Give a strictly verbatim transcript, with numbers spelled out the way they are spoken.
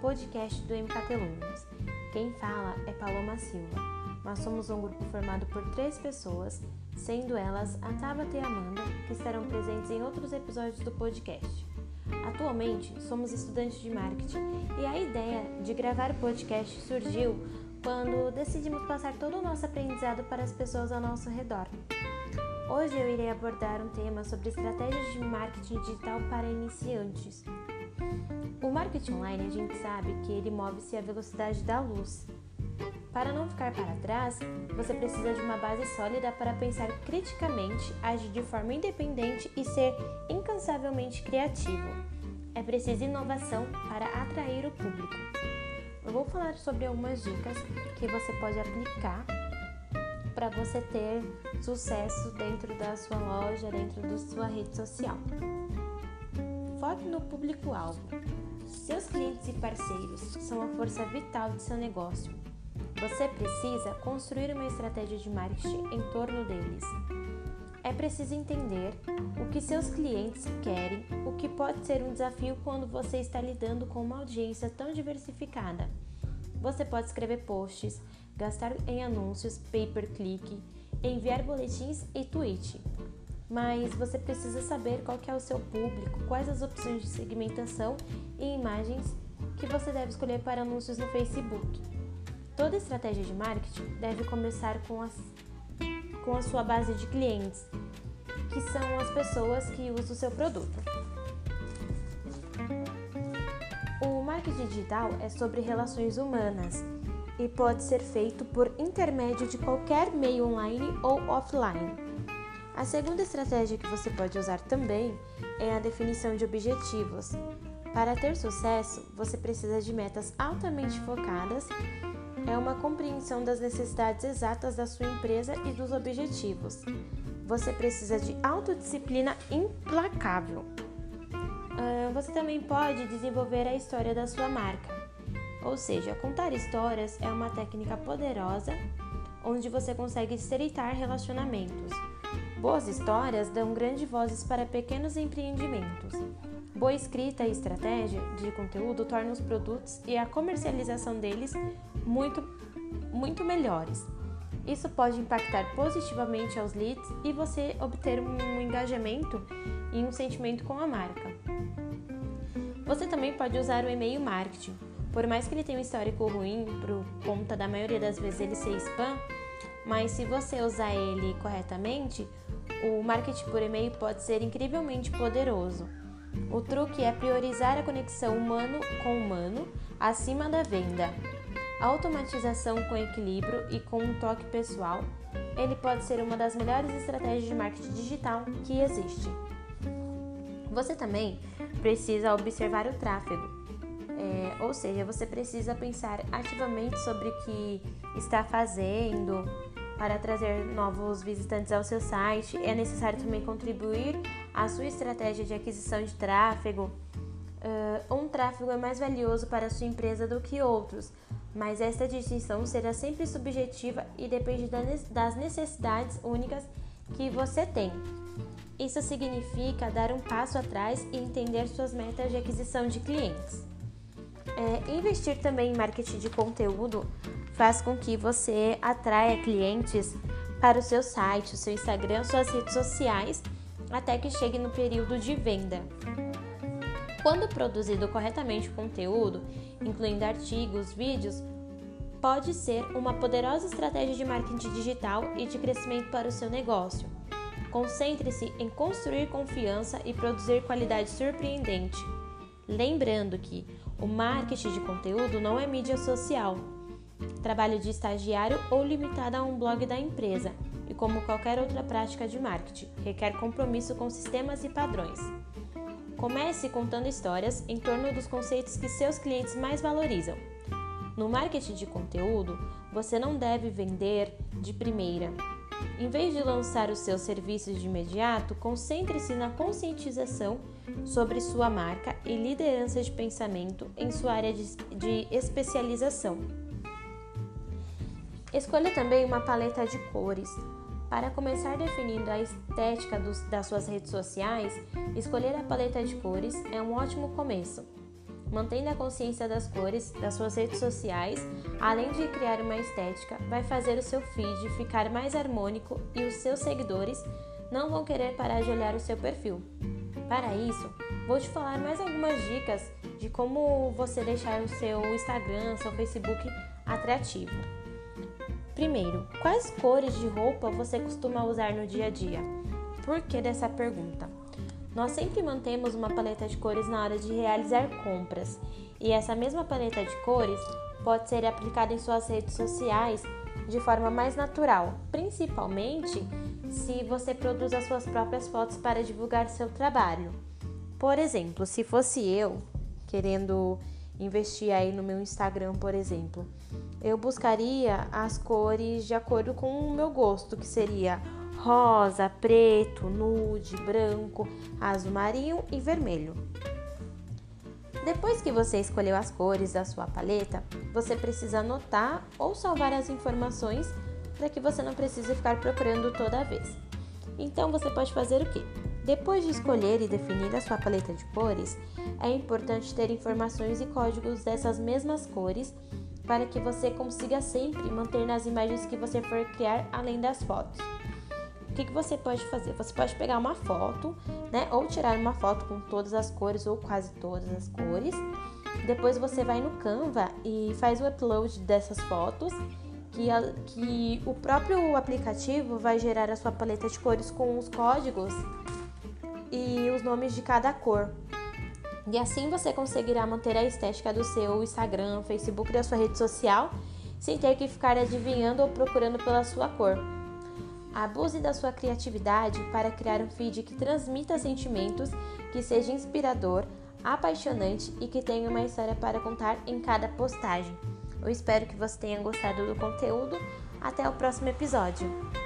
podcast do M K T Lunas. Quem fala é Paloma Silva. Nós somos um grupo formado por três pessoas, sendo elas a Tabata e a Amanda, que estarão presentes em outros episódios do podcast. Atualmente, somos estudantes de marketing e a ideia de gravar o podcast surgiu quando decidimos passar todo o nosso aprendizado para as pessoas ao nosso redor. Hoje eu irei abordar um tema sobre estratégias de marketing digital para iniciantes. O marketing online, a gente sabe que ele move-se à velocidade da luz. Para não ficar para trás, você precisa de uma base sólida para pensar criticamente, agir de forma independente e ser incansavelmente criativo. É preciso inovação para atrair o público. Eu vou falar sobre algumas dicas que você pode aplicar para você ter sucesso dentro da sua loja, dentro da sua rede social. Foque no público-alvo. Seus clientes e parceiros são a força vital de seu negócio. Você precisa construir uma estratégia de marketing em torno deles. É preciso entender o que seus clientes querem, o que pode ser um desafio quando você está lidando com uma audiência tão diversificada. Você pode escrever posts, gastar em anúncios, pay-per-click, enviar boletins e tweet. Mas você precisa saber qual que é o seu público, quais as opções de segmentação e imagens que você deve escolher para anúncios no Facebook. Toda estratégia de marketing deve começar com, as, com a sua base de clientes, que são as pessoas que usam o seu produto. O marketing digital é sobre relações humanas e pode ser feito por intermédio de qualquer meio online ou offline. A segunda estratégia que você pode usar também é a definição de objetivos. Para ter sucesso, você precisa de metas altamente focadas, é uma compreensão das necessidades exatas da sua empresa e dos objetivos. Você precisa de autodisciplina implacável. Uh, você também pode desenvolver a história da sua marca. Ou seja, contar histórias é uma técnica poderosa onde você consegue estreitar relacionamentos. Boas histórias dão grandes vozes para pequenos empreendimentos. Boa escrita e estratégia de conteúdo tornam os produtos e a comercialização deles muito, muito melhores. Isso pode impactar positivamente aos leads e você obter um engajamento e um sentimento com a marca. Você também pode usar o e-mail marketing. Por mais que ele tenha um histórico ruim, por conta da maioria das vezes ele ser spam, mas se você usar ele corretamente, o marketing por e-mail pode ser incrivelmente poderoso. O truque é priorizar a conexão humano com humano acima da venda. A automatização com equilíbrio e com um toque pessoal, ele pode ser uma das melhores estratégias de marketing digital que existe. Você também precisa observar o tráfego. É, ou seja, você precisa pensar ativamente sobre o que está fazendo para trazer novos visitantes ao seu site. É necessário também contribuir à sua estratégia de aquisição de tráfego. Uh, um tráfego é mais valioso para a sua empresa do que outros, mas esta distinção será sempre subjetiva e depende das necessidades únicas que você tem. Isso significa dar um passo atrás e entender suas metas de aquisição de clientes. É, investir também em marketing de conteúdo faz com que você atraia clientes para o seu site, o seu Instagram, suas redes sociais, até que chegue no período de venda. Quando produzido corretamente o conteúdo, incluindo artigos, vídeos, pode ser uma poderosa estratégia de marketing digital e de crescimento para o seu negócio. Concentre-se em construir confiança e produzir qualidade surpreendente. Lembrando que o marketing de conteúdo não é mídia social, trabalho de estagiário ou limitado a um blog da empresa, e como qualquer outra prática de marketing, requer compromisso com sistemas e padrões. Comece contando histórias em torno dos conceitos que seus clientes mais valorizam. No marketing de conteúdo, você não deve vender de primeira. Em vez de lançar os seus serviços de imediato, concentre-se na conscientização sobre sua marca e liderança de pensamento em sua área de, de especialização. Escolha também uma paleta de cores. Para começar definindo a estética dos, das suas redes sociais, escolher a paleta de cores é um ótimo começo. Mantendo a consciência das cores das suas redes sociais, além de criar uma estética, vai fazer o seu feed ficar mais harmônico e os seus seguidores não vão querer parar de olhar o seu perfil. Para isso, vou te falar mais algumas dicas de como você deixar o seu Instagram, seu Facebook atrativo. Primeiro, quais cores de roupa você costuma usar no dia a dia? Por que dessa pergunta? Nós sempre mantemos uma paleta de cores na hora de realizar compras, e essa mesma paleta de cores pode ser aplicada em suas redes sociais de forma mais natural, principalmente se você produz as suas próprias fotos para divulgar seu trabalho. Por exemplo, se fosse eu querendo investir aí no meu Instagram, por exemplo, eu buscaria as cores de acordo com o meu gosto, que seria rosa, preto, nude, branco, azul marinho e vermelho. Depois que você escolheu as cores da sua paleta, você precisa anotar ou salvar as informações para que você não precise ficar procurando toda vez. Então você pode fazer o quê? Depois de escolher e definir a sua paleta de cores, é importante ter informações e códigos dessas mesmas cores para que você consiga sempre manter nas imagens que você for criar além das fotos. O que, que você pode fazer? Você pode pegar uma foto, né? Ou tirar uma foto com todas as cores ou quase todas as cores. Depois você vai no Canva e faz o upload dessas fotos, que, a, que o próprio aplicativo vai gerar a sua paleta de cores com os códigos e os nomes de cada cor. E assim você conseguirá manter a estética do seu Instagram, Facebook, da sua rede social, sem ter que ficar adivinhando ou procurando pela sua cor. Abuse da sua criatividade para criar um feed que transmita sentimentos, que seja inspirador, apaixonante e que tenha uma história para contar em cada postagem. Eu espero que você tenha gostado do conteúdo. Até o próximo episódio.